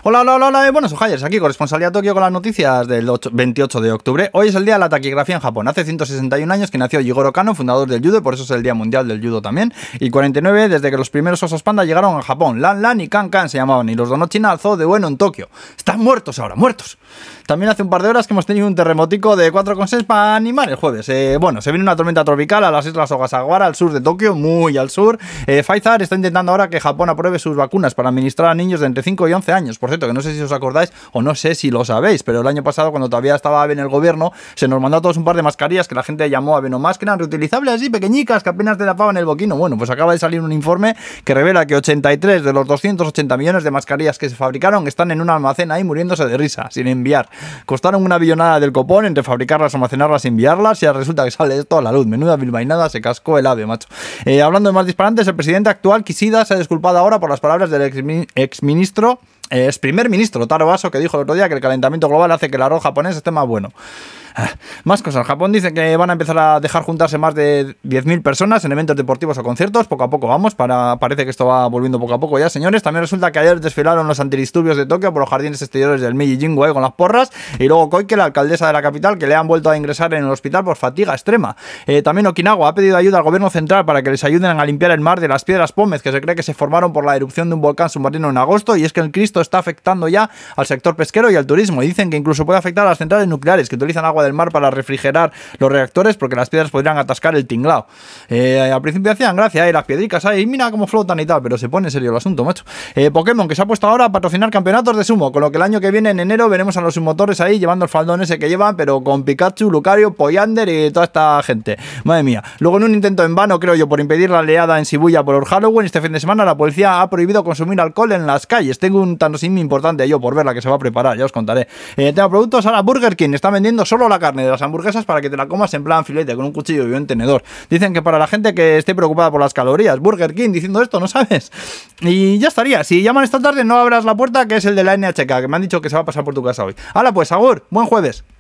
Hola, hola, hola, hola, buenos ojayers, aquí corresponsalía Tokio con las noticias del 28 de octubre. Hoy es el día de la taquigrafía en Japón. Hace 161 años que nació Jigoro Kano, fundador del judo, y por eso es el Día Mundial del Judo también. Y 49 desde que los primeros osos panda llegaron a Japón. Lan Lan y Kan Kan se llamaban, y los donó China al zoo de Ueno en Tokio. Están muertos ahora, muertos. También hace un par de horas que hemos tenido un terremotico de 4,6 para animar el jueves. Bueno, se viene una tormenta tropical a las islas Ogasawara, al sur de Tokio, muy al sur. Pfizer está intentando ahora que Japón apruebe sus vacunas para administrar a niños de entre 5 y 11 años. Por cierto, que no sé si os acordáis o no sé si lo sabéis, pero el año pasado, cuando todavía estaba en el gobierno, se nos mandó a todos un par de mascarillas que la gente llamó Avenomás, que eran reutilizables así, pequeñicas, que apenas te tapaban el boquino. Bueno, pues acaba de salir un informe que revela que 83 de los 280 millones de mascarillas que se fabricaron están en un almacén ahí muriéndose de risa, sin enviar. Costaron una billonada del copón entre fabricarlas, almacenarlas y enviarlas, y resulta que sale esto a la luz. Menuda bilbainada, se cascó el ave, macho. Hablando de más disparantes, el presidente actual, Kishida, se ha disculpado ahora por las palabras del ex primer ministro Taro Aso, que dijo el otro día que el calentamiento global hace que el arroz japonés esté más bueno. Más cosas. Japón dice que van a empezar a dejar juntarse más de 10.000 personas en eventos deportivos o conciertos. Poco a poco vamos. Parece que esto va volviendo poco a poco ya, señores. También resulta que ayer desfilaron los antidisturbios de Tokio por los jardines exteriores del Meiji Jingu con las porras. Y luego Koike, la alcaldesa de la capital, que le han vuelto a ingresar en el hospital por fatiga extrema. También Okinawa ha pedido ayuda al gobierno central para que les ayuden a limpiar el mar de las piedras pómez, que se cree que se formaron por la erupción de un volcán submarino en agosto. Y es que el Cristo está afectando ya al sector pesquero y al turismo. Y dicen que incluso puede afectar a las centrales nucleares, que utilizan agua del mar para refrigerar los reactores, porque las piedras podrían atascar el tinglao. Al principio hacían gracia, las piedricas ahí, mira cómo flotan y tal, pero se pone en serio el asunto, macho. Pokémon, que se ha puesto ahora a patrocinar campeonatos de sumo, con lo que el año que viene, en enero, veremos a los sumotores ahí llevando el faldón ese que llevan, pero con Pikachu, Lucario, Poyander y toda esta gente. Madre mía. Luego, en un intento en vano, creo yo, por impedir la oleada en Shibuya por el Halloween, este fin de semana la policía ha prohibido consumir alcohol en las calles. Tengo un tanosim importante yo por ver la que se va a preparar, ya os contaré. Tema productos, ahora Burger King está vendiendo solo la carne de las hamburguesas para que te la comas en plan filete, con un cuchillo y un tenedor. Dicen que para la gente que esté preocupada por las calorías, Burger King diciendo esto, ¿no sabes? Y ya estaría. Si llaman esta tarde, no abras la puerta, que es el de la NHK, que me han dicho que se va a pasar por tu casa hoy. Hala pues, agur, buen jueves.